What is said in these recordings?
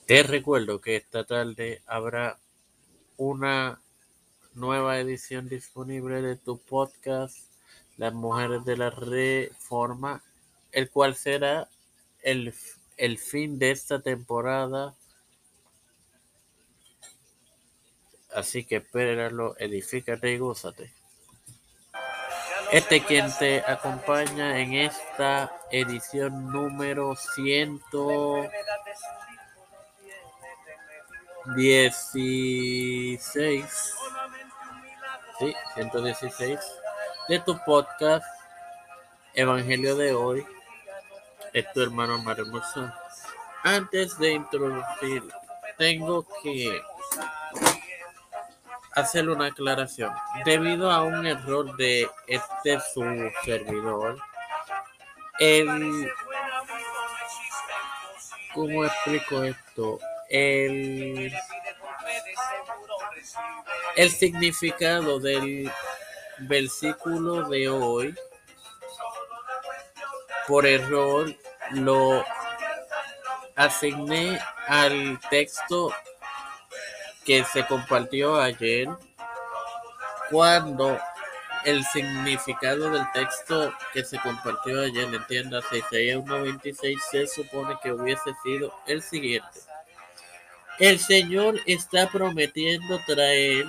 Te recuerdo que esta tarde habrá una nueva edición disponible de tu podcast, Las Mujeres de la Reforma, el cual será el, el fin de esta temporada. Así que espéralo, edifícate y gózate. Quien te acompaña en esta edición número 116. Sí, 116 de tu podcast Evangelio de hoy. Es tu hermano Mario Monzón. Antes de introducir, tengo que hacer una aclaración. Debido a un error de su servidor, el ¿cómo explico esto? El significado del versículo de hoy, por error, lo asigné al texto que se compartió ayer, cuando el significado del texto que se compartió ayer, entiéndase, Isaías 1:26, se supone que hubiese sido el siguiente. El Señor está prometiendo traer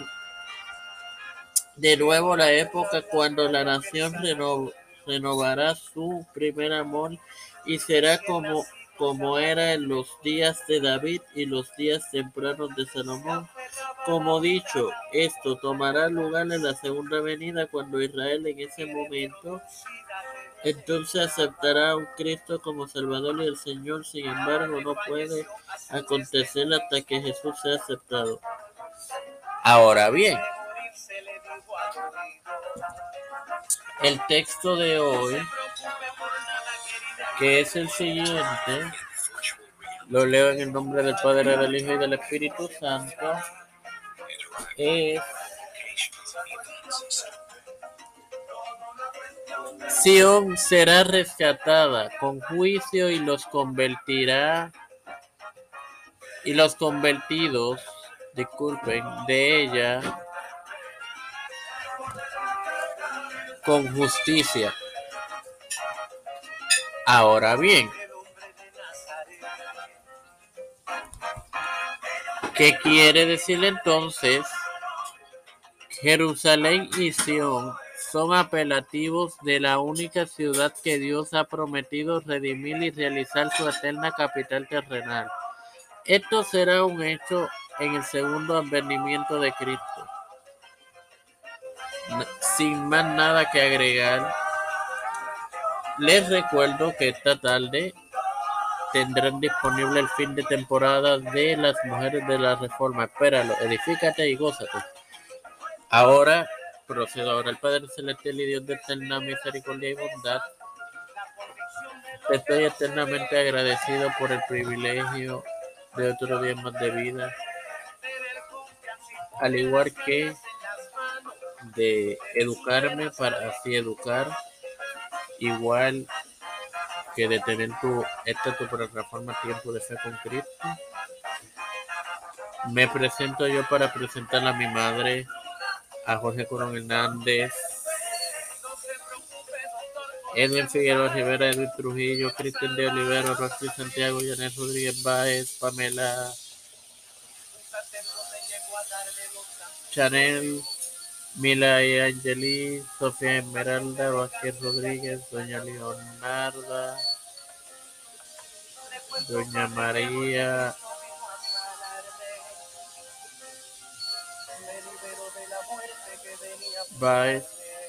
de nuevo la época cuando la nación renovará su primer amor y será como era en los días de David y los días tempranos de Salomón. Como dicho, esto tomará lugar en la segunda venida cuando Israel en ese momento entonces aceptará a un Cristo como Salvador y el Señor. Sin embargo, no puede acontecer hasta que Jesús sea aceptado. Ahora bien, el texto de hoy, que es el siguiente, lo leo en el nombre del Padre, del Hijo y del Espíritu Santo, es: Sión será rescatada con juicio y los convertirá, y los convertidos, de ella con justicia. Ahora bien, ¿qué quiere decir entonces? Jerusalén y Sión son apelativos de la única ciudad que Dios ha prometido redimir y realizar su eterna capital terrenal. Esto será un hecho en el segundo advenimiento de Cristo. Sin más nada que agregar, les recuerdo que esta tarde tendrán disponible el fin de temporada de Las Mujeres de la Reforma. Espéralo, edifícate y gózate. Ahora procedo ahora al Padre Celestial y Dios de eterna misericordia y bondad. Estoy eternamente agradecido por el privilegio de otro día más de vida, al igual que de educarme para así educar, igual que de tener tu plataforma Tiempo de Fe con Cristo. Me presento yo para presentar a mi madre, a Jorge Corón Hernández, Edwin Figueroa Rivera, Edwin Trujillo, Cristian de Olivero, Rosy Santiago, Janet Rodríguez Báez, Pamela Chanel, Mila y Angeli, Sofía Esmeralda, Vázquez Rodríguez, Doña Leonarda, Doña María Báez,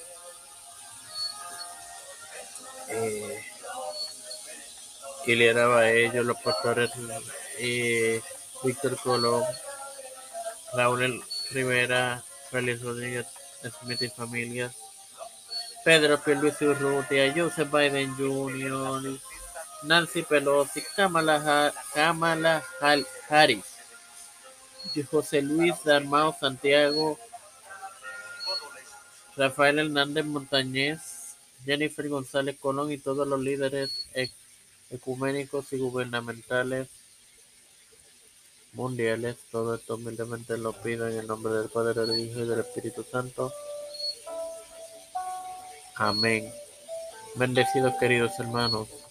Iliana Baello, los pastores Víctor Colón, Raúl Rivera, Félix Rodríguez Smith y familia, Pedro Pierluisi Urrutia, Joseph Biden Jr., Nancy Pelosi, Kamala Harris, José Luis Dalmau Santiago, Rafael Hernández Montañez, Jennifer González Colón y todos los líderes ecuménicos y gubernamentales mundiales. Todo esto humildemente lo pido en el nombre del Padre, del Hijo y del Espíritu Santo. Amén. Bendecidos queridos hermanos,